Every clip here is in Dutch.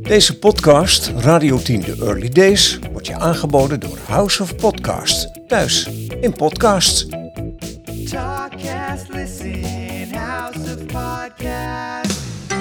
Deze podcast, Radio 10 The Early Days, wordt je aangeboden door House of Podcast. Thuis in podcasts. Talkcast, listen, House of Podcast.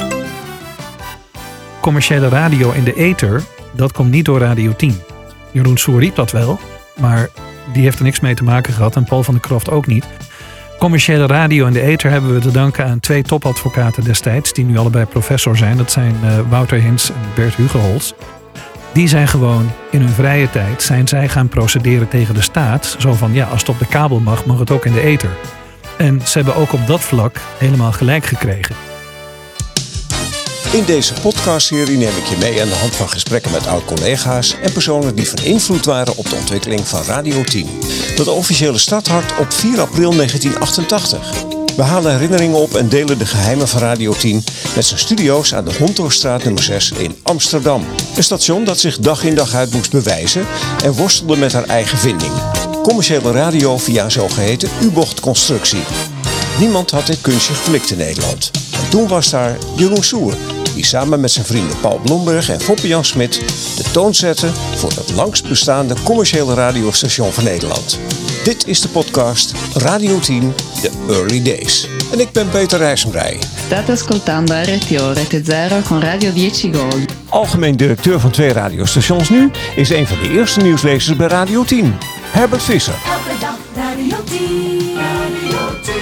Commerciële radio in de ether, dat komt niet door Radio 10. Jeroen Soer riep dat wel, maar die heeft er niks mee te maken gehad en Paul van der Kroft ook niet. Commerciële radio in de ether hebben we te danken aan 2 topadvocaten destijds, die nu allebei professor zijn. Dat zijn Wouter Hins en Bert Hugeholz. Die zijn gewoon in hun vrije tijd zij gaan procederen tegen de staat. Zo van, ja, als het op de kabel mag, mag het ook in de ether. En ze hebben ook op dat vlak helemaal gelijk gekregen. In deze podcastserie neem ik je mee aan de hand van gesprekken met oud-collega's en personen die van invloed waren op de ontwikkeling van Radio 10. Tot de officiële starthart op 4 april 1988. We halen herinneringen op en delen de geheimen van Radio 10 met zijn studio's aan de Hontorstraat nummer 6 in Amsterdam. Een station dat zich dag in dag uit moest bewijzen en worstelde met haar eigen vinding. Commerciële radio via een zogeheten U-bochtconstructie. Niemand had dit kunstje geflikt in Nederland. En toen was daar Jeroen Soer, die samen met zijn vrienden Paul Blomberg en Foppe Jan Smit de toon zette voor het langst bestaande commerciële radiostation van Nederland. Dit is de podcast Radio 10 The Early Days. En ik ben Peter Rijssenbrij. State ascoltando RTO Rete Zero con Radio 10 Gold. Algemeen directeur van 2 radiostations nu is een van de eerste nieuwslezers bij Radio 10. Herbert Visser. Elke dag Radio 10. Radio 10.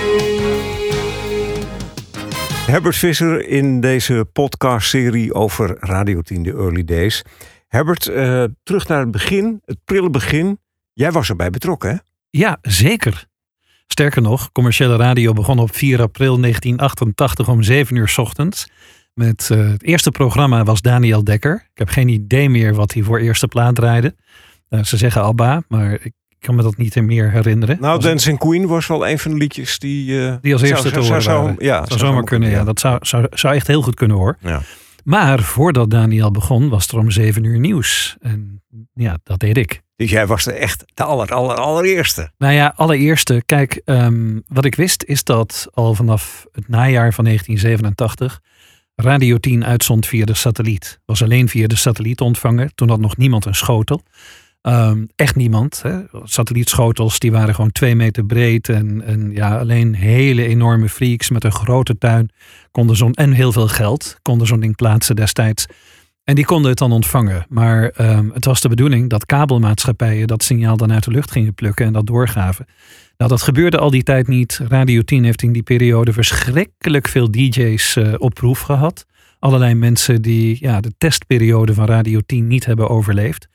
Herbert Visser in deze podcastserie over Radio 10 The Early Days. Herbert, terug naar het begin, het prille begin. Jij was erbij betrokken, hè? Ja, zeker. Sterker nog, commerciële radio begon op 4 april 1988 om 7 uur 's ochtends. Met het eerste programma was Daniel Dekker. Ik heb geen idee meer wat hij voor eerste plaat draaide. Ze zeggen Abba, maar ik kan me dat niet meer herinneren. Nou, Dancing Queen was wel een van de liedjes die als eerste te horen waren. Zou zomaar kunnen, ja. Dat zou echt heel goed kunnen, hoor. Ja. Maar voordat Daniel begon, was er om 7 uur nieuws. En ja, dat deed ik. Dus jij was echt de allereerste. Nou ja, allereerste. Kijk, wat ik wist is dat al vanaf het najaar van 1987 Radio 10 uitzond via de satelliet. Was alleen via de satelliet ontvangen. Toen had nog niemand een schotel. Echt niemand. Hè. Satellietschotels die waren gewoon 2 meter breed. En ja, alleen hele enorme freaks met een grote tuin konden en heel veel geld konden zo'n ding plaatsen destijds. En die konden het dan ontvangen. Maar het was de bedoeling dat kabelmaatschappijen dat signaal dan uit de lucht gingen plukken en dat doorgaven. Nou, dat gebeurde al die tijd niet. Radio 10 heeft in die periode verschrikkelijk veel DJ's op proef gehad. Allerlei mensen die de testperiode van Radio 10 niet hebben overleefd.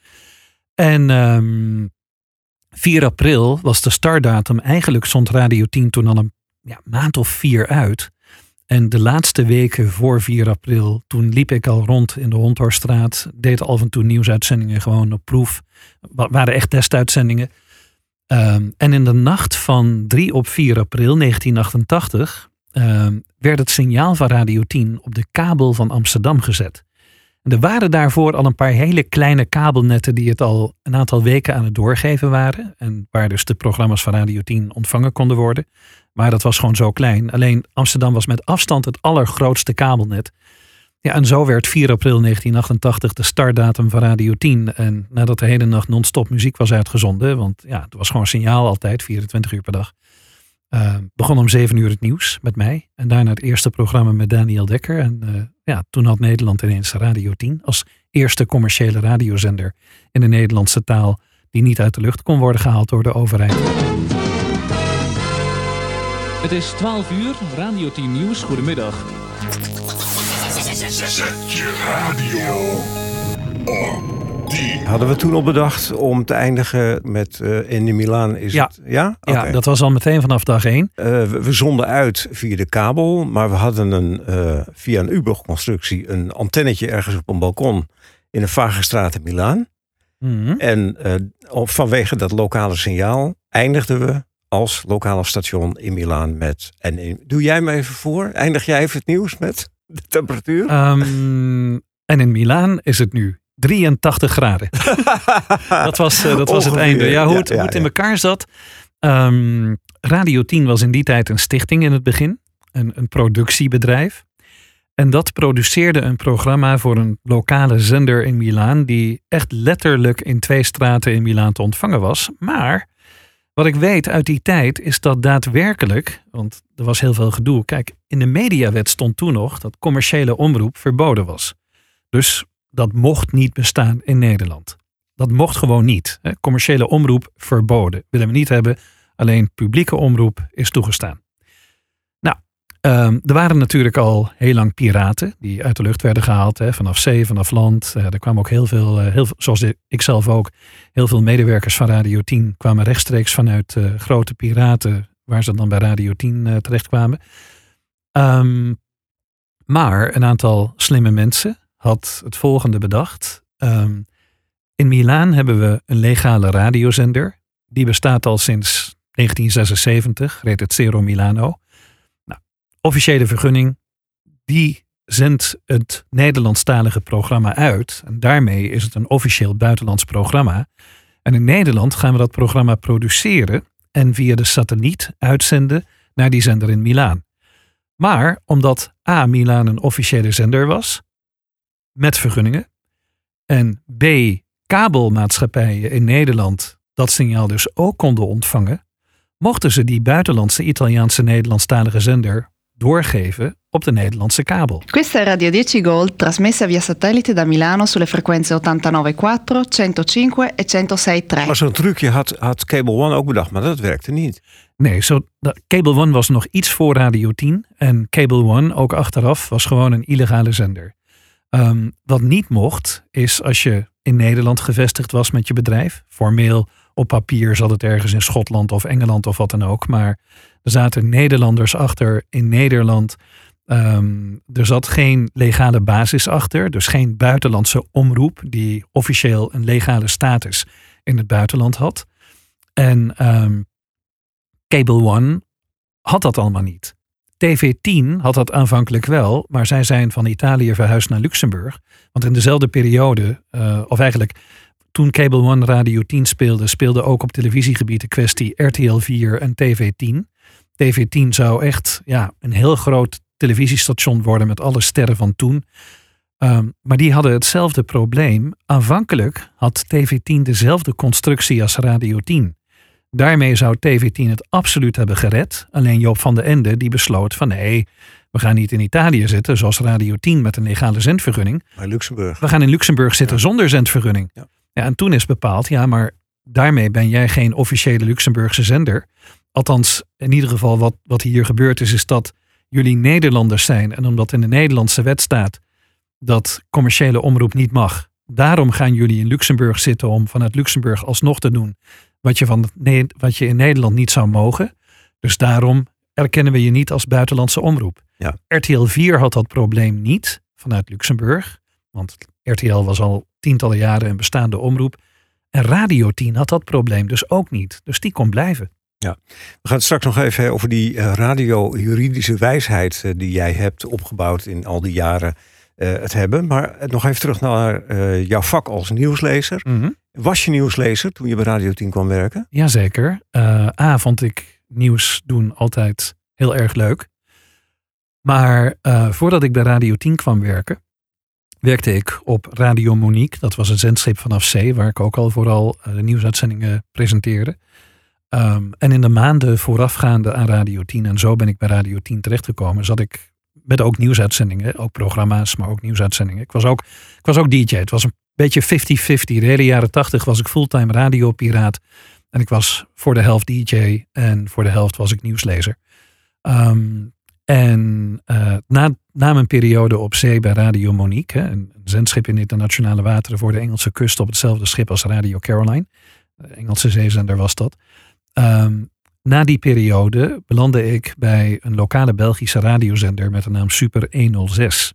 En 4 april was de startdatum. Eigenlijk stond Radio 10 toen al een maand of 4 uit. En de laatste weken voor 4 april, toen liep ik al rond in de Hontorstraat. Deed af en toe nieuwsuitzendingen gewoon op proef. Waren echt testuitzendingen. En in de nacht van 3 op 4 april 1988 werd het signaal van Radio 10 op de kabel van Amsterdam gezet. En er waren daarvoor al een paar hele kleine kabelnetten die het al een aantal weken aan het doorgeven waren. En waar dus de programma's van Radio 10 ontvangen konden worden. Maar dat was gewoon zo klein. Alleen Amsterdam was met afstand het allergrootste kabelnet. Ja, en zo werd 4 april 1988 de startdatum van Radio 10. En nadat de hele nacht non-stop muziek was uitgezonden. Want ja, het was gewoon signaal altijd, 24 uur per dag. Begon om 7 uur het nieuws met mij. En daarna het eerste programma met Daniel Dekker. En toen had Nederland ineens Radio 10 als eerste commerciële radiozender in de Nederlandse taal die niet uit de lucht kon worden gehaald door de overheid. Het is 12 uur, Radio 10 Nieuws. Goedemiddag. Zet je radio op. Hadden we toen al bedacht om te eindigen met in Milaan is het? Ja? Okay. Ja, dat was al meteen vanaf dag 1. We zonden uit via de kabel, maar we hadden via een U-bochtconstructie een antennetje ergens op een balkon in een vage straat in Milaan. Mm-hmm. En vanwege dat lokale signaal eindigden we als lokale station in Milaan met... Doe jij me even voor? Eindig jij even het nieuws met de temperatuur? En in Milaan is het nu 83 graden. dat was het einde. Ja, hoe het in elkaar zat. Radio 10 was in die tijd een stichting in het begin. Een productiebedrijf. En dat produceerde een programma voor een lokale zender in Milaan, die echt letterlijk in 2 straten in Milaan te ontvangen was. Maar wat ik weet uit die tijd is dat daadwerkelijk, want er was heel veel gedoe. Kijk, in de mediawet stond toen nog dat commerciële omroep verboden was. Dus dat mocht niet bestaan in Nederland. Dat mocht gewoon niet. Commerciële omroep verboden. Willen we niet hebben. Alleen publieke omroep is toegestaan. Nou, er waren natuurlijk al heel lang piraten die uit de lucht werden gehaald. Vanaf zee, vanaf land. Er kwamen ook heel veel, zoals ik zelf ook, heel veel medewerkers van Radio 10 kwamen rechtstreeks vanuit grote piraten, waar ze dan bij Radio 10 terechtkwamen. Maar een aantal slimme mensen had het volgende bedacht. In Milaan hebben we een legale radiozender. Die bestaat al sinds 1976, heet het Zero Milano. Nou, officiële vergunning, die zendt het Nederlandstalige programma uit. En daarmee is het een officieel buitenlands programma. En in Nederland gaan we dat programma produceren en via de satelliet uitzenden naar die zender in Milaan. Maar omdat A, Milaan een officiële zender was, met vergunningen, en B, kabelmaatschappijen in Nederland dat signaal dus ook konden ontvangen, mochten ze die buitenlandse Italiaanse-Nederlandstalige zender doorgeven op de Nederlandse kabel. Questa è Radio 10 Gold, trasmessa via satellite da Milano sulle frequenze 89.4, 105 e 106.3. Maar zo'n trucje had Cable One ook bedacht, maar dat werkte niet. Nee, Cable One was nog iets voor Radio 10. En Cable One, ook achteraf, was gewoon een illegale zender. Wat niet mocht, is als je in Nederland gevestigd was met je bedrijf. Formeel op papier zat het ergens in Schotland of Engeland of wat dan ook. Maar er zaten Nederlanders achter in Nederland. Er zat geen legale basis achter. Dus geen buitenlandse omroep die officieel een legale status in het buitenland had. En Cable One had dat allemaal niet. TV10 had dat aanvankelijk wel, maar zij zijn van Italië verhuisd naar Luxemburg. Want in dezelfde periode, of eigenlijk toen Cable One Radio 10 speelde ook op televisiegebied de kwestie RTL 4 en TV10. TV10 zou echt een heel groot televisiestation worden met alle sterren van toen. Maar die hadden hetzelfde probleem. Aanvankelijk had TV10 dezelfde constructie als Radio 10. Daarmee zou TV10 het absoluut hebben gered. Alleen Joop van den Ende die besloot van nee, we gaan niet in Italië zitten zoals Radio 10 met een legale zendvergunning. Maar Luxemburg. We gaan in Luxemburg zitten zonder zendvergunning. Ja. Ja, en toen is bepaald, maar daarmee ben jij geen officiële Luxemburgse zender. Althans, in ieder geval wat hier gebeurd is dat jullie Nederlanders zijn. En omdat in de Nederlandse wet staat dat commerciële omroep niet mag. Daarom gaan jullie in Luxemburg zitten om vanuit Luxemburg alsnog te doen wat je in Nederland niet zou mogen. Dus daarom erkennen we je niet als buitenlandse omroep. Ja. RTL 4 had dat probleem niet vanuit Luxemburg. Want RTL was al tientallen jaren een bestaande omroep. En Radio 10 had dat probleem dus ook niet. Dus die kon blijven. Ja, we gaan het straks nog even over die radio-juridische wijsheid die jij hebt opgebouwd in al die jaren het hebben. Maar nog even terug naar jouw vak als nieuwslezer. Mm-hmm. Was je nieuwslezer toen je bij Radio 10 kwam werken? Jazeker. Vond ik nieuws doen altijd heel erg leuk. Maar voordat ik bij Radio 10 kwam werken, werkte ik op Radio Monique. Dat was een zendschip vanaf zee, waar ik ook al vooral de nieuwsuitzendingen presenteerde. En in de maanden voorafgaande aan Radio 10, en zo ben ik bij Radio 10 terechtgekomen, zat ik met ook nieuwsuitzendingen, ook programma's, maar ook nieuwsuitzendingen. Ik was ook DJ. Het was een beetje 50-50. De hele jaren 80 was ik fulltime radiopiraat. En ik was voor de helft DJ en voor de helft was ik nieuwslezer. Na mijn periode op zee bij Radio Monique, een zendschip in internationale wateren voor de Engelse kust op hetzelfde schip als Radio Caroline. De Engelse zeezender was dat. Na die periode belandde ik bij een lokale Belgische radiozender met de naam Super 106.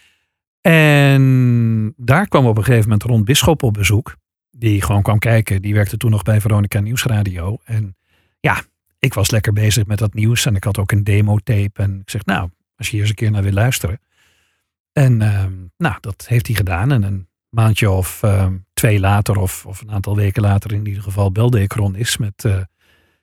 En daar kwam op een gegeven moment Ron Bisschop op bezoek. Die gewoon kwam kijken. Die werkte toen nog bij Veronica Nieuwsradio. En ik was lekker bezig met dat nieuws. En ik had ook een demotape. En ik zeg, als je hier eens een keer naar wil luisteren. En dat heeft hij gedaan. En een maandje of 2 later, of een aantal weken later in ieder geval, belde ik Ron is met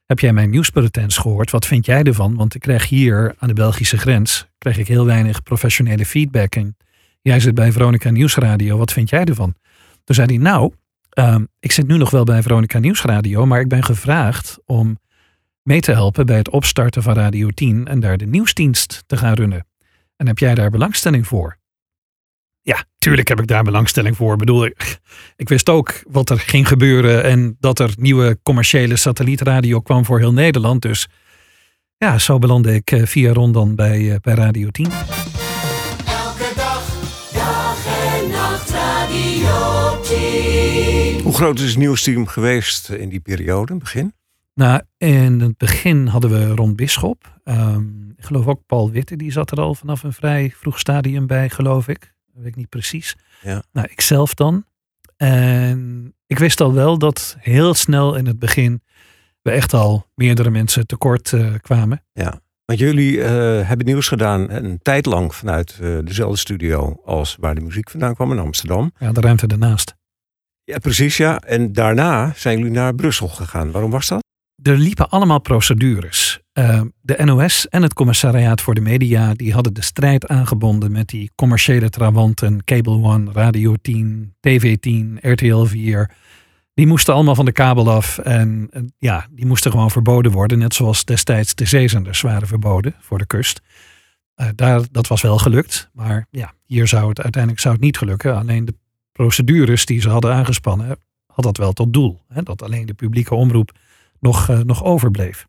heb jij mijn nieuwsbulletins gehoord? Wat vind jij ervan? Want ik krijg hier aan de Belgische grens krijg ik heel weinig professionele feedback. En jij zit bij Veronica Nieuwsradio. Wat vind jij ervan? Toen zei hij, nou, ik zit nu nog wel bij Veronica Nieuwsradio, maar ik ben gevraagd om mee te helpen bij het opstarten van Radio 10 en daar de nieuwsdienst te gaan runnen. En heb jij daar belangstelling voor? Ja, tuurlijk heb ik daar belangstelling voor. Ik bedoel, ik wist ook wat er ging gebeuren en dat er nieuwe commerciële satellietradio kwam voor heel Nederland. Dus ja, zo belandde ik via Ron dan bij Radio 10. Elke dag, dag en nacht Radio 10. Hoe groot is het nieuwsteam geweest in die periode, in het begin? Nou, in het begin hadden we Ron Bisschop. Ik geloof ook Paul Witte, die zat er al vanaf een vrij vroeg stadium bij, geloof ik. Dat weet ik niet precies. Ja. Nou, ikzelf dan. En ik wist al wel dat heel snel in het begin we echt al meerdere mensen tekort kwamen. Ja, want jullie hebben nieuws gedaan een tijd lang vanuit dezelfde studio als waar de muziek vandaan kwam in Amsterdam. Ja, de ruimte ernaast. Ja, precies ja. En daarna zijn jullie naar Brussel gegaan. Waarom was dat? Er liepen allemaal procedures. De NOS en het Commissariaat voor de Media die hadden de strijd aangebonden met die commerciële trawanten, Cable One, Radio 10, TV 10, RTL 4. Die moesten allemaal van de kabel af en ja, die moesten gewoon verboden worden. Net zoals destijds de zeezenders waren verboden voor de kust. Dat was wel gelukt, maar ja, hier zou het uiteindelijk niet gelukken. Alleen de procedures die ze hadden aangespannen, had dat wel tot doel. Hè, dat alleen de publieke omroep nog overbleef.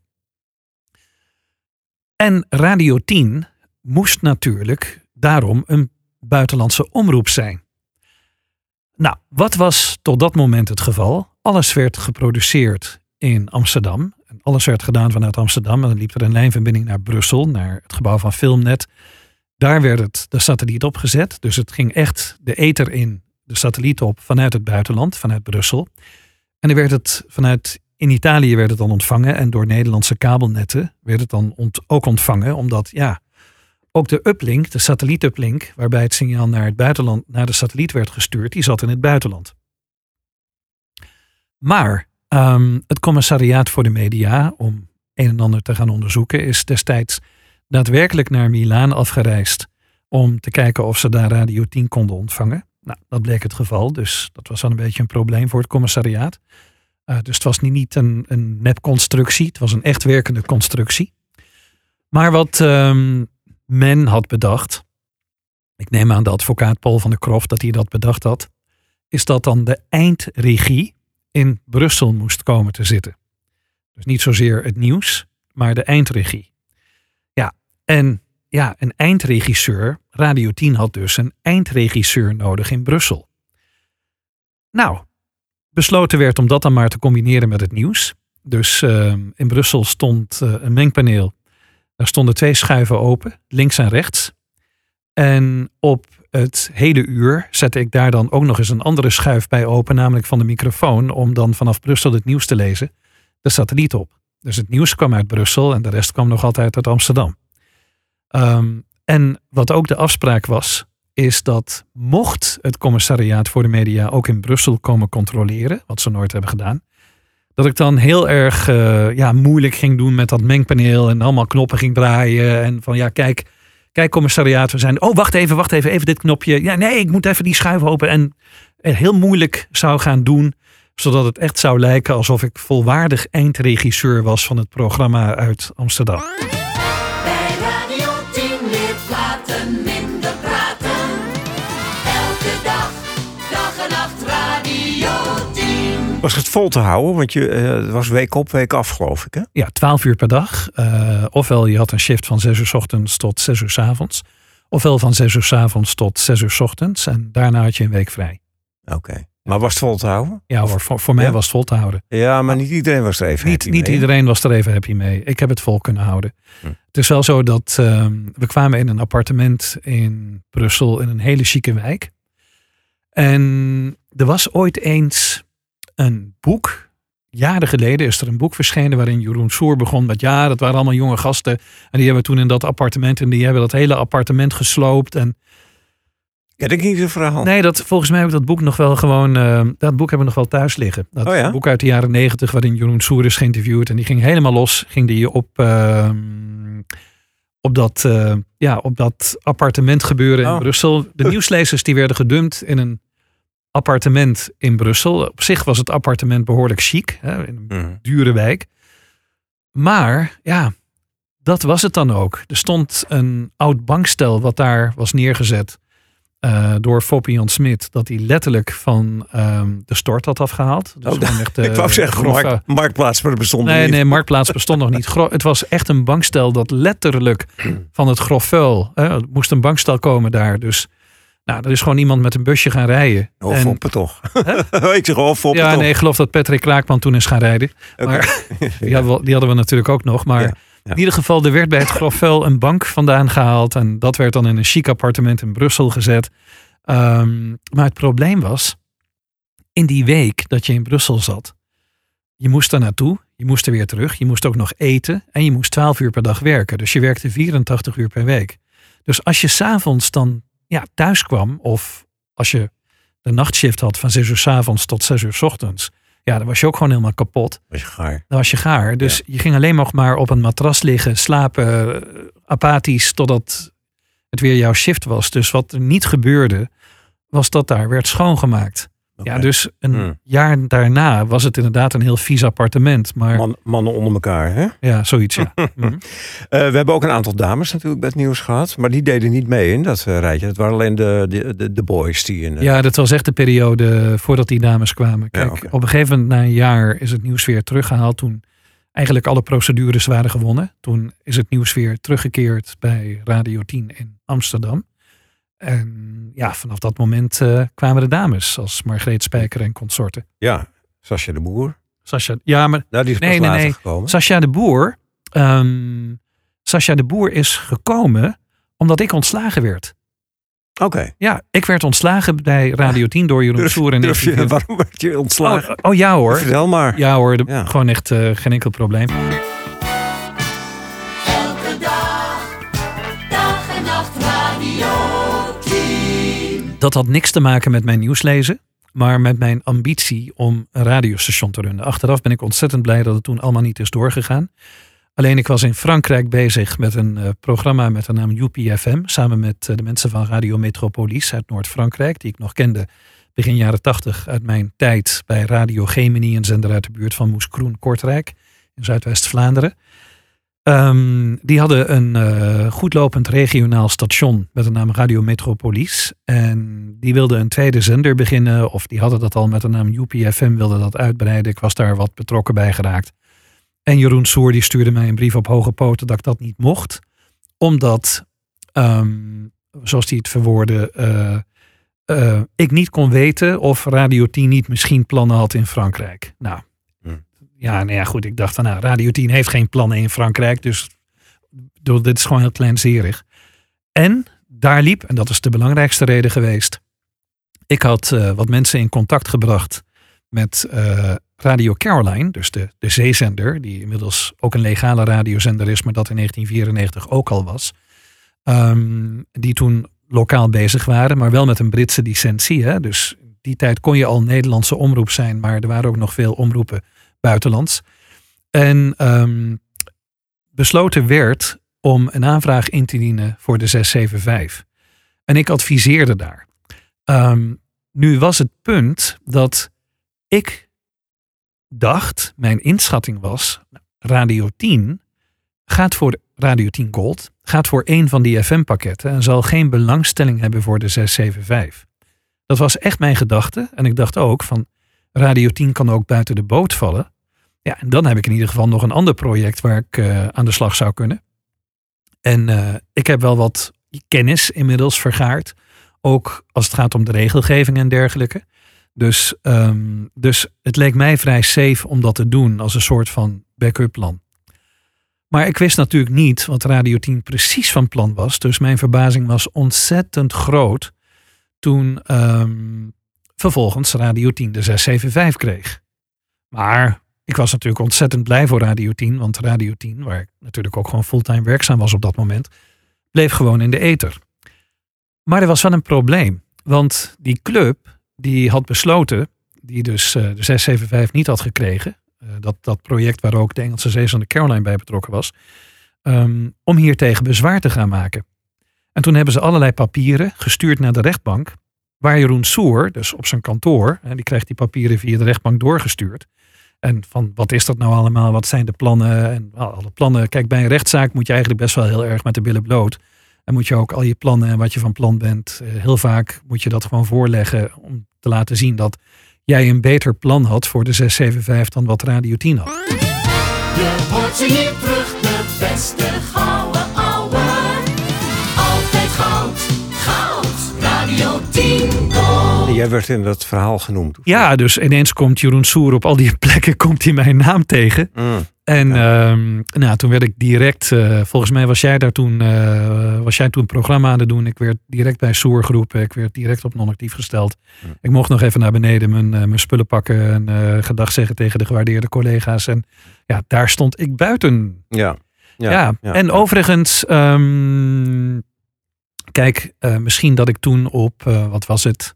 En Radio 10 moest natuurlijk daarom een buitenlandse omroep zijn. Nou, wat was tot dat moment het geval? Alles werd geproduceerd in Amsterdam. En alles werd gedaan vanuit Amsterdam. En dan liep er een lijnverbinding naar Brussel, naar het gebouw van Filmnet. Daar werd de satelliet opgezet. Dus het ging echt de ether in, de satelliet op vanuit het buitenland, vanuit Brussel. En dan werd het in Italië werd het dan ontvangen en door Nederlandse kabelnetten werd het dan ook ontvangen, omdat ja, ook de uplink, de satelliet-uplink, waarbij het signaal naar het buitenland, naar de satelliet werd gestuurd, die zat in het buitenland. Maar het Commissariaat voor de Media, om een en ander te gaan onderzoeken, is destijds daadwerkelijk naar Milaan afgereisd om te kijken of ze daar Radio 10 konden ontvangen. Nou, dat bleek het geval, dus dat was dan een beetje een probleem voor het commissariaat. Dus het was niet een nepconstructie, het was een echt werkende constructie. Maar wat men had bedacht, ik neem aan de advocaat Paul van der Kroft dat hij dat bedacht had, is dat dan de eindregie in Brussel moest komen te zitten. Dus niet zozeer het nieuws, maar de eindregie. Ja, en ja, een eindregisseur, Radio 10 had dus een eindregisseur nodig in Brussel. Nou, besloten werd om dat dan maar te combineren met het nieuws. Dus in Brussel stond een mengpaneel. Daar stonden 2 schuiven open, links en rechts. En op het hele uur zette ik daar dan ook nog eens een andere schuif bij open, namelijk van de microfoon, om dan vanaf Brussel het nieuws te lezen, de satelliet op. Dus het nieuws kwam uit Brussel en de rest kwam nog altijd uit Amsterdam. En wat ook de afspraak was, is dat mocht het Commissariaat voor de Media ook in Brussel komen controleren, wat ze nooit hebben gedaan, dat ik dan heel erg moeilijk ging doen met dat mengpaneel en allemaal knoppen ging draaien. En van ja, kijk commissariaat, we zijn, oh wacht even dit knopje. Ja, nee, ik moet even die schuif open. En heel moeilijk zou gaan doen, zodat het echt zou lijken alsof ik volwaardig eindregisseur was van het programma uit Amsterdam. Bij Radio 10 meer praten, minder praten. Elke dag, dag en nacht Radio 10. Was het vol te houden? Want het was week op, week af, geloof ik, hè? Ja, 12 uur per dag. Ofwel je had een shift van 6 uur 's ochtends tot 6 uur 's avonds. Ofwel van 6 uur 's avonds tot 6 uur 's ochtends. En daarna had je een week vrij. Oké. Maar was het vol te houden? Ja hoor, voor mij was het vol te houden. Ja, maar niet iedereen was er even happy mee. Niet iedereen was er even happy mee. Ik heb het vol kunnen houden. Het is wel zo dat we kwamen in een appartement in Brussel in een hele chique wijk. En er was ooit eens een boek. Jaren geleden is er een boek verschenen waarin Jeroen Soer begon met dat waren allemaal jonge gasten. En die hebben toen in dat appartement en die hebben dat hele appartement gesloopt. En Ken ik niet het verhaal? Nee, volgens mij heb ik dat boek nog wel gewoon... dat boek hebben we nog wel thuis liggen. Dat Oh ja? boek uit de jaren 90 waarin Jeroen Soer is geïnterviewd. En die ging helemaal los. Ging die op dat appartement gebeuren in Brussel. De nieuwslezers die werden gedumpt in een appartement in Brussel. Op zich was het appartement behoorlijk chic. Hè, in een dure wijk. Maar ja, dat was het dan ook. Er stond een oud bankstel wat daar was neergezet door Foppe Jan Smit. Dat hij letterlijk van de stort had afgehaald. Dus echt, ik wou zeggen, Marktplaats, maar dat bestond niet. Nee, Marktplaats bestond nog niet. Het was echt een bankstel dat letterlijk van het grof vuil. Er moest een bankstel komen daar. Dus er is gewoon iemand met een busje gaan rijden. Foppe toch? Ik zeg Foppe toch? Ja, nee, ik geloof dat Patrick Kraakman toen is gaan rijden. Okay. Maar die hadden we natuurlijk ook nog. Maar in ieder geval, er werd bij het grof vuil een bank vandaan gehaald. En dat werd dan in een chic appartement in Brussel gezet. Maar het probleem was, in die week dat je in Brussel zat, je moest daar naartoe, je moest er weer terug, je moest ook nog eten en je moest 12 uur per dag werken. Dus je werkte 84 uur per week. Dus als je 's avonds dan thuis kwam, of als je de nachtshift had van 6 uur 's avonds tot 6 uur 's ochtends, dan was je ook gewoon helemaal kapot. Dan was je gaar. Dus je ging alleen nog maar op een matras liggen, slapen, apathisch, totdat het weer jouw shift was. Dus wat er niet gebeurde, was dat daar werd schoongemaakt. Okay. Ja, dus een jaar daarna was het inderdaad een heel vies appartement. Maar mannen onder elkaar, hè? Ja, zoiets, ja. We hebben ook een aantal dames natuurlijk bij het nieuws gehad. Maar die deden niet mee in dat rijtje. Het waren alleen de boys die in... Ja, dat was echt de periode voordat die dames kwamen. Kijk, op een gegeven moment na een jaar is het nieuws weer teruggehaald. Toen eigenlijk alle procedures waren gewonnen. Toen is het nieuws weer teruggekeerd bij Radio 10 in Amsterdam. En vanaf dat moment kwamen de dames als Margreet Spijker en consorten. Ja, Sascha de Boer. Die is pas later gekomen. Sascha de Boer is gekomen omdat ik ontslagen werd. Oké. Ja, ik werd ontslagen bij Radio 10 door Jeroen Soer. Waarom werd je ontslagen? Oh ja hoor. Vertel maar. Ja hoor, gewoon echt geen enkel probleem. Elke dag en nacht Radio 10. Dat had niks te maken met mijn nieuwslezen, maar met mijn ambitie om een radiostation te runnen. Achteraf ben ik ontzettend blij dat het toen allemaal niet is doorgegaan. Alleen ik was in Frankrijk bezig met een programma met de naam UPFM. Samen met de mensen van Radio Metropolis uit Noord-Frankrijk. Die ik nog kende begin jaren 80 uit mijn tijd bij Radio Gemini. Een zender uit de buurt van Moeskroen-Kortrijk in Zuidwest-Vlaanderen. Die hadden een goedlopend regionaal station met de naam Radio Metropolis. En die wilden een tweede zender beginnen. Of die hadden dat al met de naam UPFM, wilden dat uitbreiden. Ik was daar wat betrokken bij geraakt. En Jeroen Soer die stuurde mij een brief op hoge poten dat ik dat niet mocht. Omdat, zoals hij het verwoordde, ik niet kon weten of Radio 10 niet misschien plannen had in Frankrijk. Goed, ik dacht van Radio 10 heeft geen plannen in Frankrijk. Dus dit is gewoon heel kleinzerig. En daar liep, en dat is de belangrijkste reden geweest. Ik had wat mensen in contact gebracht met Radio Caroline, dus de zeezender, die inmiddels ook een legale radiozender is, maar dat in 1994 ook al was. Die toen lokaal bezig waren, maar wel met een Britse licentie. Hè? Dus die tijd kon je al Nederlandse omroep zijn, maar er waren ook nog veel omroepen buitenlands. En besloten werd om een aanvraag in te dienen voor de 675. En ik adviseerde daar. Nu was het punt dat ik dacht, mijn inschatting was, Radio 10 gaat voor Radio 10 Gold, gaat voor één van die FM-pakketten en zal geen belangstelling hebben voor de 675. Dat was echt mijn gedachte. En ik dacht ook van, Radio 10 kan ook buiten de boot vallen. Ja, en dan heb ik in ieder geval nog een ander project waar ik aan de slag zou kunnen. En ik heb wel wat kennis inmiddels vergaard. Ook als het gaat om de regelgeving en dergelijke. Dus het leek mij vrij safe om dat te doen als een soort van backup plan. Maar ik wist natuurlijk niet wat Radio 10 precies van plan was. Dus mijn verbazing was ontzettend groot toen vervolgens Radio 10 de 675 kreeg. Maar ik was natuurlijk ontzettend blij voor Radio 10. Want Radio 10, waar ik natuurlijk ook gewoon fulltime werkzaam was op dat moment, bleef gewoon in de ether. Maar er was wel een probleem. Want die club die had besloten, die dus de 675 niet had gekregen. Dat project waar ook de Engelse zeezender Caroline bij betrokken was. Om hier tegen bezwaar te gaan maken. En toen hebben ze allerlei papieren gestuurd naar de rechtbank. Waar Jeroen Soer, dus op zijn kantoor, die krijgt die papieren via de rechtbank doorgestuurd. En van wat is dat nou allemaal? Wat zijn de plannen? En alle plannen. Kijk, bij een rechtszaak moet je eigenlijk best wel heel erg met de billen bloot. En moet je ook al je plannen en wat je van plan bent. Heel vaak moet je dat gewoon voorleggen om te laten zien dat jij een beter plan had voor de 675 dan wat Radio 10 had. Je hoort ze hier terug, de beste gouden ouwe. Altijd goud, goud, Radio 10 Gold. Jij werd in dat verhaal genoemd. Ja, dus ineens komt Jeroen Soer op al die plekken komt hij mijn naam tegen. En toen werd ik direct, volgens mij was jij toen programma aan het doen. Ik werd direct bij Soer geroepen. Ik werd direct op non-actief gesteld. Ik mocht nog even naar beneden mijn spullen pakken en gedag zeggen tegen de gewaardeerde collega's. En ja, daar stond ik buiten. Ja. En overigens, kijk, misschien dat ik toen op, wat was het,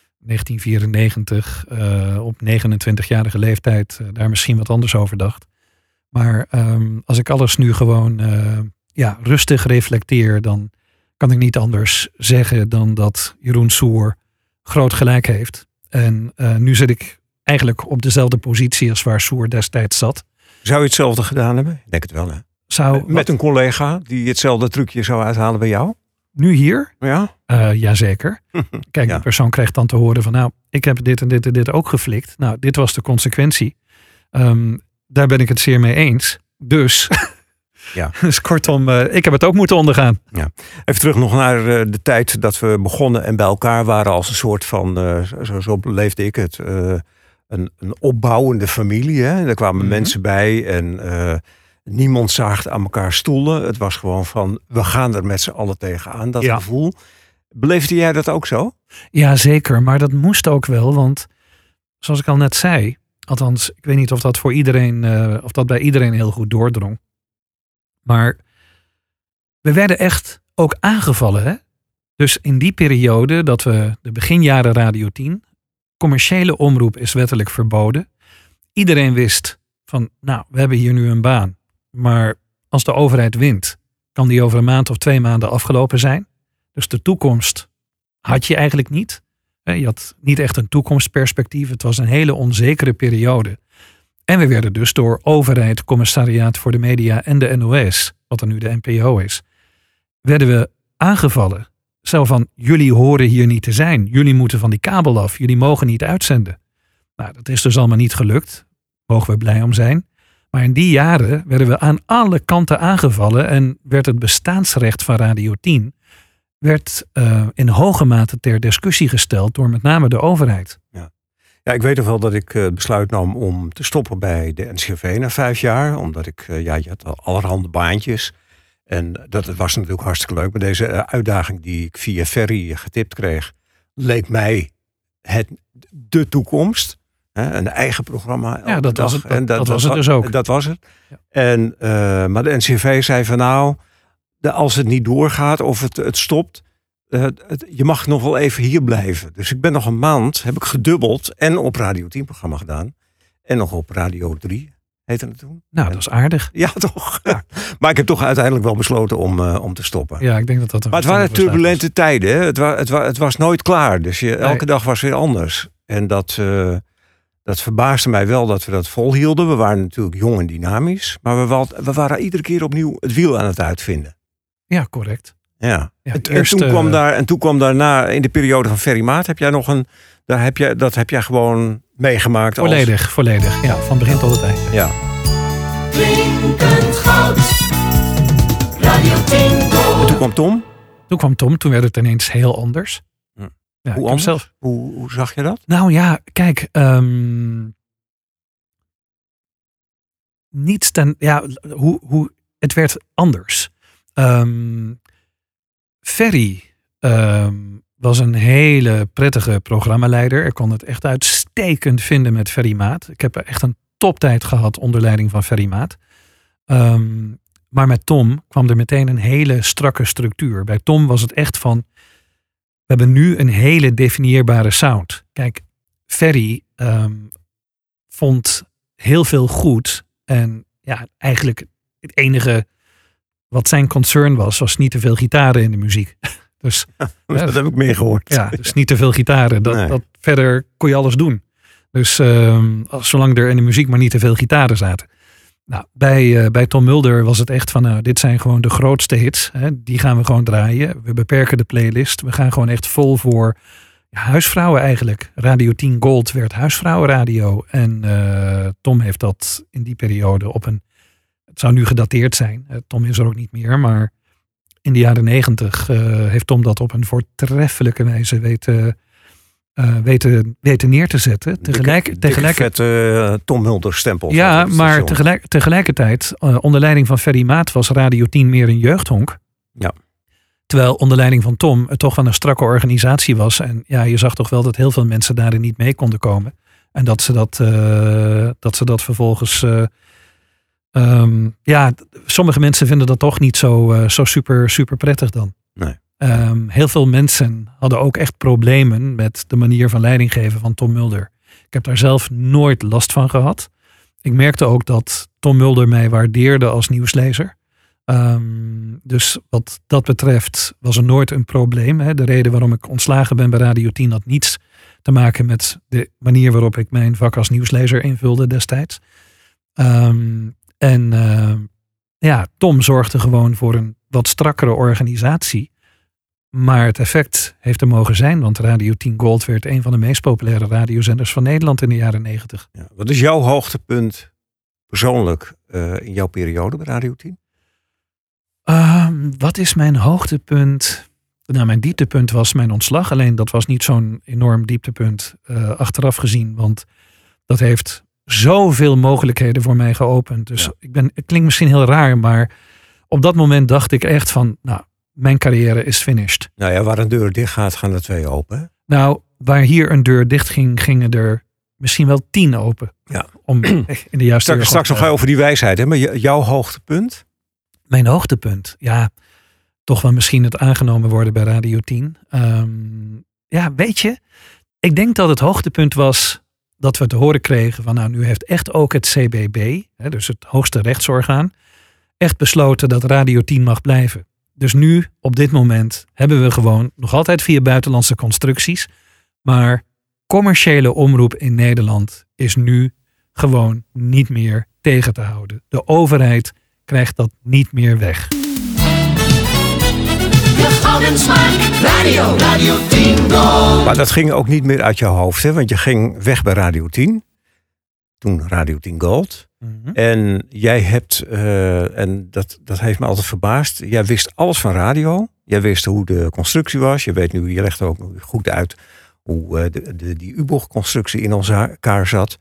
1994, op 29-jarige leeftijd daar misschien wat anders over dacht. Maar als ik alles nu gewoon rustig reflecteer, dan kan ik niet anders zeggen dan dat Jeroen Soer groot gelijk heeft. En nu zit ik eigenlijk op dezelfde positie als waar Soer destijds zat. Zou je hetzelfde gedaan hebben? Ik denk het wel, hè? Met een collega die hetzelfde trucje zou uithalen bij jou? Nu hier? Ja? Jazeker. Kijk, die persoon krijgt dan te horen van nou, ik heb dit en dit en dit ook geflikt. Nou, dit was de consequentie. Daar ben ik het zeer mee eens. Dus, dus kortom, ik heb het ook moeten ondergaan. Ja. Even terug nog naar de tijd dat we begonnen en bij elkaar waren als een soort van, zo beleefde ik het, een opbouwende familie. Hè? Er kwamen mensen bij en niemand zaagde aan elkaar stoelen. Het was gewoon van, we gaan er met z'n allen tegenaan, dat gevoel. Beleefde jij dat ook zo? Ja, zeker. Maar dat moest ook wel, want zoals ik al net zei, althans, ik weet niet of dat voor iedereen, of dat bij iedereen heel goed doordrong. Maar we werden echt ook aangevallen. Hè? Dus in die periode dat we de beginjaren Radio 10, commerciële omroep is wettelijk verboden. Iedereen wist van, nou, we hebben hier nu een baan. Maar als de overheid wint, kan die over een maand of 2 maanden afgelopen zijn. Dus de toekomst had je eigenlijk niet. Je had niet echt een toekomstperspectief. Het was een hele onzekere periode. En we werden dus door overheid, commissariaat voor de media en de NOS, wat er nu de NPO is, werden we aangevallen. Zo van, jullie horen hier niet te zijn. Jullie moeten van die kabel af. Jullie mogen niet uitzenden. Nou, dat is dus allemaal niet gelukt. Mogen we blij om zijn. Maar in die jaren werden we aan alle kanten aangevallen en werd het bestaansrecht van Radio 10 werd in hoge mate ter discussie gesteld door met name de overheid. Ja, ik weet nog wel dat ik het besluit nam om te stoppen bij de NCRV na 5 jaar. Omdat je had al allerhande baantjes. En dat was natuurlijk hartstikke leuk. Maar deze uitdaging die ik via Ferry getipt kreeg, leek mij de toekomst. Een eigen programma. Ja, dat was het. Dat was het dus ook. Dat was het. Ja. Maar de NCRV zei van nou, als het niet doorgaat of het stopt, je mag nog wel even hier blijven. Dus ik ben nog een maand, heb ik gedubbeld en op Radio 10 programma gedaan. En nog op Radio 3 heette het toen. Nou, dat is aardig. Ja, toch? Ja. Maar ik heb toch uiteindelijk wel besloten om te stoppen. Ja, ik denk dat maar het waren turbulente tijden. Hè? Het was nooit klaar. Dus elke dag was weer anders. En dat verbaasde mij wel dat we dat volhielden. We waren natuurlijk jong en dynamisch. Maar we waren iedere keer opnieuw het wiel aan het uitvinden. Ja, correct. Ja. En toen kwam daarna in de periode van Ferry Maat heb jij nog dat heb jij gewoon meegemaakt. Volledig. Ja, van begin tot het einde. Ja. Klinkend goud. Radio 10 Gold. En toen kwam Tom. Toen werd het ineens heel anders. Ja, hoe anders? Hoe zag je dat? Nou ja, kijk. Het werd anders. Ferry was een hele prettige programmaleider. Ik kon het echt uitstekend vinden met Ferry Maat. Ik heb echt een toptijd gehad onder leiding van Ferry Maat. Maar met Tom kwam er meteen een hele strakke structuur. Bij Tom was het echt van, hebben nu een hele definieerbare sound. Kijk, Ferry vond heel veel goed. En ja, eigenlijk het enige wat zijn concern was niet te veel gitaren in de muziek. Dus, Dat heb ik meer gehoord. Ja, dus niet te veel gitaren. Dat verder kon je alles doen. Dus zolang er in de muziek maar niet te veel gitaren zaten. Nou, bij Tom Mulder was het echt van, dit zijn gewoon de grootste hits. Hè, die gaan we gewoon draaien. We beperken de playlist. We gaan gewoon echt vol voor huisvrouwen eigenlijk. Radio 10 Gold werd huisvrouwenradio. En Tom heeft dat in die periode het zou nu gedateerd zijn. Tom is er ook niet meer, maar in de jaren 90 heeft Tom dat op een voortreffelijke wijze weten neer te zetten. Tegelijkertijd Tom Mulder stempel. Ja, maar tegelijkertijd onder leiding van Ferry Maat was Radio 10 meer een jeugdhonk. Ja. Terwijl onder leiding van Tom het toch wel een strakke organisatie was. En ja, je zag toch wel dat heel veel mensen daarin niet mee konden komen. En dat ze dat vervolgens... sommige mensen vinden dat toch niet zo super prettig dan. Nee. Heel veel mensen hadden ook echt problemen met de manier van leiding geven van Tom Mulder. Ik heb daar zelf nooit last van gehad. Ik merkte ook dat Tom Mulder mij waardeerde als nieuwslezer. Dus wat dat betreft was er nooit een probleem. Hè. De reden waarom ik ontslagen ben bij Radio 10 had niets te maken met de manier waarop ik mijn vak als nieuwslezer invulde destijds. Tom zorgde gewoon voor een wat strakkere organisatie. Maar het effect heeft er mogen zijn, want Radio 10 Gold werd een van de meest populaire radiozenders van Nederland in de jaren 90. Ja, wat is jouw hoogtepunt persoonlijk in jouw periode bij Radio 10? Wat is mijn hoogtepunt? Nou, mijn dieptepunt was mijn ontslag. Alleen dat was niet zo'n enorm dieptepunt achteraf gezien. Want dat heeft zoveel mogelijkheden voor mij geopend. Dus het klinkt misschien heel raar, maar op dat moment dacht ik echt van, nou, mijn carrière is finished. Nou ja, waar een deur dicht gaat, gaan er 2 open. Hè? Nou, waar hier een deur dicht ging, gingen er misschien wel 10 open. Ja. Om in de juiste Straks nog over die wijsheid, hè? Maar jouw hoogtepunt? Mijn hoogtepunt, ja, toch wel misschien het aangenomen worden bij Radio 10. Weet je, ik denk dat het hoogtepunt was dat we te horen kregen van, nou, nu heeft echt ook het CBB, hè, dus het hoogste rechtsorgaan, echt besloten dat Radio 10 mag blijven. Dus nu, op dit moment, hebben we gewoon nog altijd via buitenlandse constructies, maar commerciële omroep in Nederland is nu gewoon niet meer tegen te houden. De overheid krijgt dat niet meer weg. De Gouden Smaak Radio 10 Gold. Maar dat ging ook niet meer uit jouw hoofd, hè? Want je ging weg bij Radio 10. Toen Radio 10 Gold. Mm-hmm. En jij hebt, en dat heeft me altijd verbaasd, jij wist alles van radio. Jij wist hoe de constructie was. Je weet nu, je legt er ook goed uit hoe die U-bochtconstructie in elkaar zat.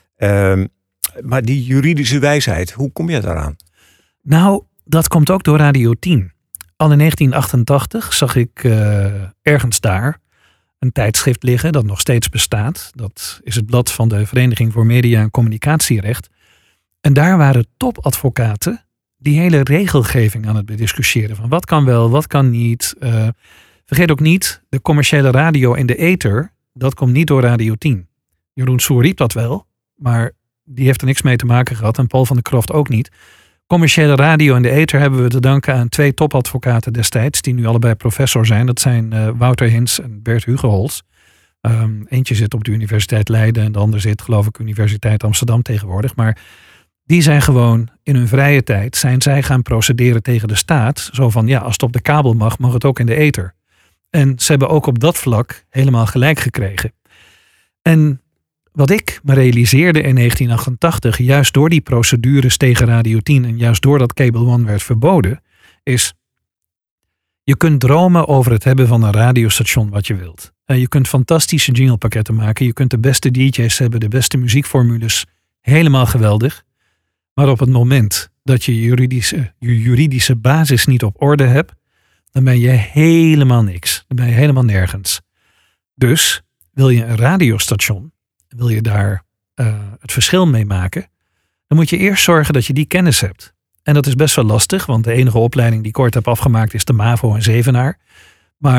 Maar die juridische wijsheid, hoe kom je daaraan? Nou, dat komt ook door Radio 10. Al in 1988 zag ik ergens daar een tijdschrift liggen dat nog steeds bestaat. Dat is het blad van de Vereniging voor Media en Communicatierecht. En daar waren topadvocaten die hele regelgeving aan het bediscussiëren. Van wat kan wel, wat kan niet. Vergeet ook niet, de commerciële radio in de ether, dat komt niet door Radio 10. Jeroen Soer riep dat wel, maar die heeft er niks mee te maken gehad. En Paul van der Kroft ook niet. Commerciële radio in de ether hebben we te danken aan 2 topadvocaten destijds, die nu allebei professor zijn. Dat zijn Wouter Hins en Bert Hugeholz. Eentje zit op de Universiteit Leiden en de ander zit, geloof ik, Universiteit Amsterdam tegenwoordig. Maar die zijn gewoon in hun vrije tijd, zijn zij gaan procederen tegen de staat. Zo van, ja, als het op de kabel mag, mag het ook in de ether. En ze hebben ook op dat vlak helemaal gelijk gekregen. En wat ik me realiseerde in 1988, juist door die procedures tegen Radio 10 en juist doordat Cable One werd verboden, is je kunt dromen over het hebben van een radiostation wat je wilt. Je kunt fantastische jinglepakketten maken, je kunt de beste DJ's hebben, de beste muziekformules, helemaal geweldig. Maar op het moment dat je juridische basis niet op orde hebt, dan ben je helemaal niks. Dan ben je helemaal nergens. Dus wil je een radiostation, wil je daar het verschil mee maken, dan moet je eerst zorgen dat je die kennis hebt. En dat is best wel lastig, want de enige opleiding die ik ooit heb afgemaakt is de MAVO en Zevenaar. Maar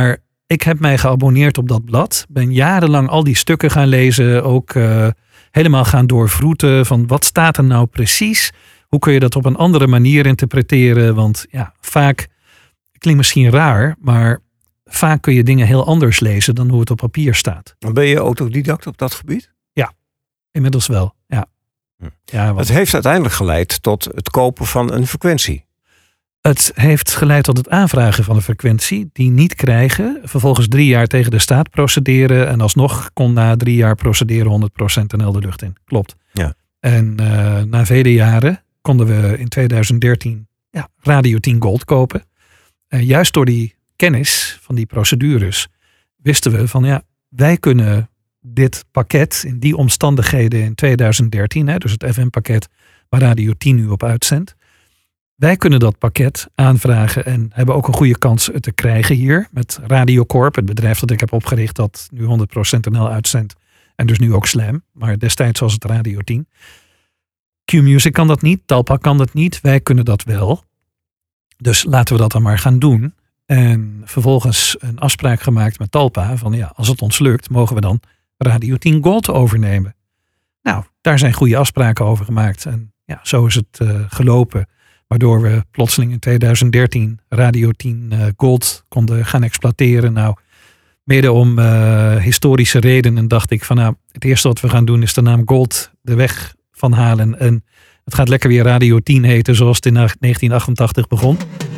ik heb mij geabonneerd op dat blad. Ben jarenlang al die stukken gaan lezen. Ook helemaal gaan doorvroeten van wat staat er nou precies? Hoe kun je dat op een andere manier interpreteren? Want ja, vaak, het klinkt misschien raar, maar vaak kun je dingen heel anders lezen dan hoe het op papier staat. Ben je autodidact op dat gebied? Inmiddels wel, ja. Ja, want Het heeft uiteindelijk geleid tot het kopen van een frequentie. het heeft geleid tot het aanvragen van een frequentie, die niet krijgen. Vervolgens 3 jaar tegen de staat procederen en alsnog kon na 3 jaar procederen 100% NL de lucht in. Klopt. Ja. En na vele jaren konden we in 2013 Radio 10 Gold kopen. Juist door die kennis van die procedures wisten we van wij kunnen dit pakket in die omstandigheden in 2013, dus het FM-pakket waar Radio 10 nu op uitzendt. Wij kunnen dat pakket aanvragen en hebben ook een goede kans het te krijgen hier met Radio Corp, het bedrijf dat ik heb opgericht dat nu 100% NL uitzendt en dus nu ook Slam, maar destijds was het Radio 10. Q-Music kan dat niet, Talpa kan dat niet, wij kunnen dat wel. Dus laten we dat dan maar gaan doen. En vervolgens een afspraak gemaakt met Talpa van als het ons lukt, mogen we dan Radio 10 Gold overnemen. Nou, daar zijn goede afspraken over gemaakt. En zo is het gelopen. Waardoor we plotseling in 2013 Radio 10 Gold konden gaan exploiteren. Nou, mede om historische redenen dacht ik van het eerste wat we gaan doen is de naam Gold de weg van halen. En het gaat lekker weer Radio 10 heten zoals het in 1988 begon.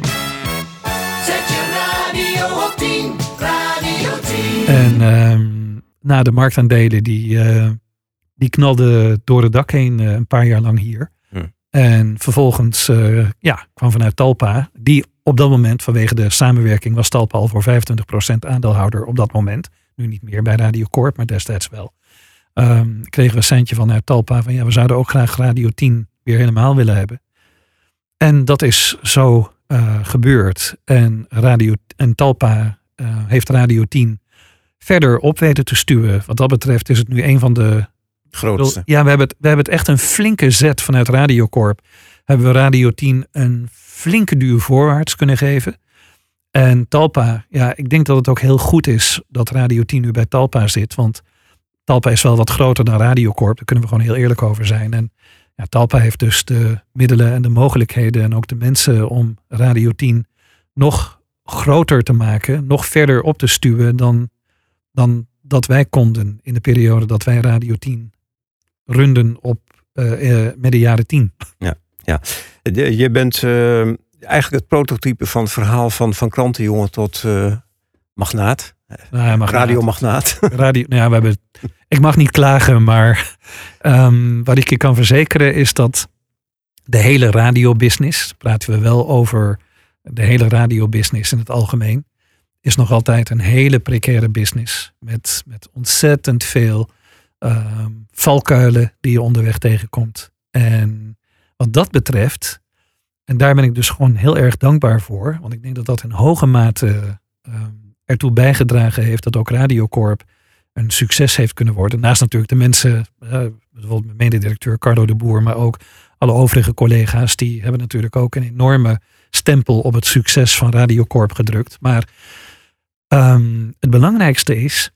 Zet je radio op 10, Radio 10. En na de marktaandelen die knalden door het dak heen een paar jaar lang hier. En vervolgens kwam vanuit Talpa, die op dat moment vanwege de samenwerking was Talpa al voor 25% aandeelhouder op dat moment. Nu niet meer bij Radio Corp, maar destijds wel. Kregen we een centje vanuit Talpa van we zouden ook graag Radio 10 weer helemaal willen hebben. En dat is zo gebeurd. En Talpa heeft Radio 10 verder op weten te stuwen. Wat dat betreft is het nu een van de Grootste. Ja, we hebben het echt een flinke zet vanuit Radio Corp. Hebben we Radio 10 een flinke duw voorwaarts kunnen geven. En Talpa, ik denk dat het ook heel goed is dat Radio 10 nu bij Talpa zit. Want Talpa is wel wat groter dan Radio Corp. Daar kunnen we gewoon heel eerlijk over zijn. En Talpa heeft dus de middelen en de mogelijkheden en ook de mensen om Radio 10 nog groter te maken. Nog verder op te stuwen dan dat wij konden in de periode dat wij Radio 10 runden op midden jaren 10. Ja. Je bent eigenlijk het prototype van het verhaal van krantenjongen tot magnaat. Radiomagnaat. Ik mag niet klagen, maar wat ik je kan verzekeren is dat de hele radiobusiness, praten we wel over de hele radiobusiness in het algemeen, is nog altijd een hele precaire business. Met ontzettend veel valkuilen die je onderweg tegenkomt. En wat dat betreft, en daar ben ik dus gewoon heel erg dankbaar voor. Want ik denk dat dat in hoge mate ertoe bijgedragen heeft dat ook Radio Corp een succes heeft kunnen worden. Naast natuurlijk de mensen, bijvoorbeeld mijn mededirecteur Carlo de Boer, maar ook alle overige collega's, die hebben natuurlijk ook een enorme stempel op het succes van Radio Corp gedrukt. Maar het belangrijkste is,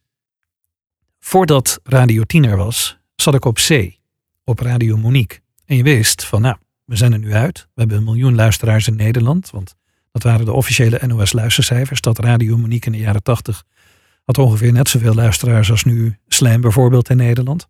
voordat Radio 10 er was, zat ik op zee, op Radio Monique. En je wist van, we zijn er nu uit. We hebben 1 miljoen luisteraars in Nederland, want dat waren de officiële NOS-luistercijfers. Dat Radio Monique in de jaren 80 had ongeveer net zoveel luisteraars als nu Slam bijvoorbeeld in Nederland.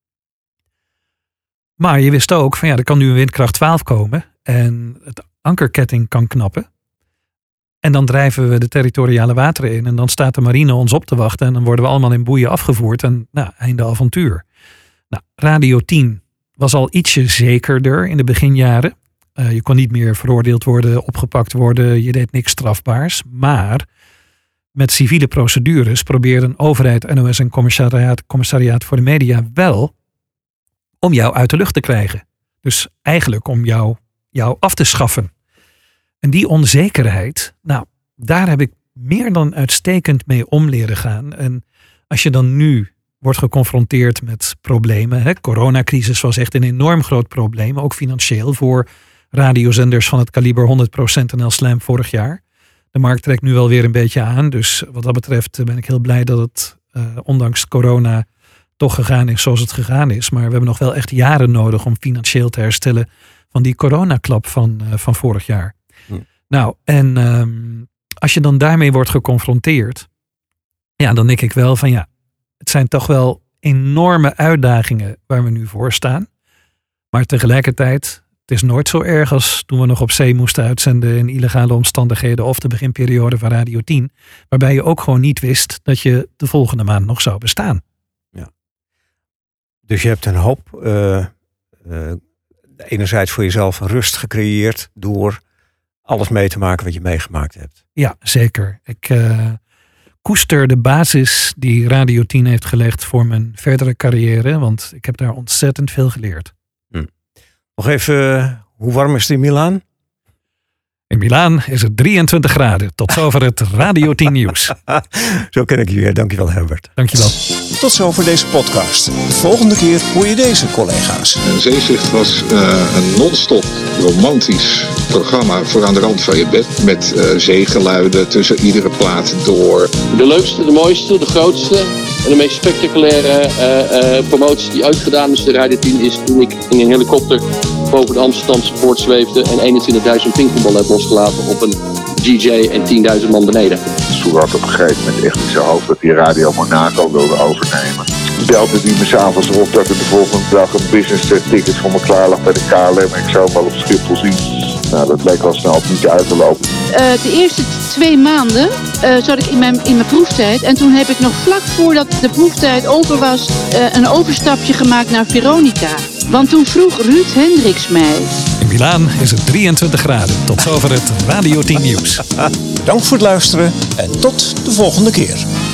Maar je wist ook van er kan nu een windkracht 12 komen en het ankerketting kan knappen. En dan drijven we de territoriale wateren in en dan staat de marine ons op te wachten en dan worden we allemaal in boeien afgevoerd en einde avontuur. Radio 10 was al ietsje zekerder in de beginjaren. Je kon niet meer veroordeeld worden, opgepakt worden, je deed niks strafbaars. Maar met civiele procedures probeerden overheid, NOS en commissariaat voor de media wel om jou uit de lucht te krijgen. Dus eigenlijk om jou af te schaffen. En die onzekerheid, daar heb ik meer dan uitstekend mee om leren gaan. En als je dan nu wordt geconfronteerd met problemen. Coronacrisis was echt een enorm groot probleem, ook financieel voor radiozenders van het kaliber 100% NL Slam vorig jaar. De markt trekt nu wel weer een beetje aan. Dus wat dat betreft ben ik heel blij dat het ondanks corona toch gegaan is zoals het gegaan is. Maar we hebben nog wel echt jaren nodig om financieel te herstellen van die coronaklap van vorig jaar. Nou, en als je dan daarmee wordt geconfronteerd, ja, dan denk ik wel van ja, het zijn toch wel enorme uitdagingen waar we nu voor staan. Maar tegelijkertijd, het is nooit zo erg als toen we nog op zee moesten uitzenden in illegale omstandigheden of de beginperiode van Radio 10. Waarbij je ook gewoon niet wist dat je de volgende maand nog zou bestaan. Ja. Dus je hebt een hoop, enerzijds voor jezelf rust gecreëerd door alles mee te maken wat je meegemaakt hebt. Ja, zeker. Ik koester de basis die Radio 10 heeft gelegd voor mijn verdere carrière. Want ik heb daar ontzettend veel geleerd. Nog even, hoe warm is het in Milaan? In Milaan is het 23 graden. Tot zover het Radio 10 nieuws. Zo ken ik je weer. Dankjewel, Herbert. Dankjewel. Tot zover deze podcast. De volgende keer hoor je deze collega's. Zeezicht was een non-stop romantisch programma voor aan de rand van je bed. Met zeegeluiden tussen iedere plaat door. De leukste, de mooiste, de grootste en de meest spectaculaire promotie die ooit gedaan is de Radio 10 is toen ik in een helikopter boven de Amsterdamse poort zweefde en 21.000 pingpongballen heb losgelaten op een DJ en 10.000 man beneden. Soer had op een gegeven moment echt in zijn hoofd dat hij Radio Monaco wilde overnemen. Belde die me s'avonds op dat er de volgende dag een business ticket voor me klaar lag bij de KLM en ik zou hem wel op Schiphol zien. Nou, dat leek al snel niet uit te lopen. De eerste 2 maanden zat ik in mijn proeftijd. En toen heb ik nog vlak voordat de proeftijd over was een overstapje gemaakt naar Veronica. Want toen vroeg Ruud Hendricks mij. In Milaan is het 23 graden. Tot zover het Radio 10 nieuws. Dank voor het luisteren en tot de volgende keer.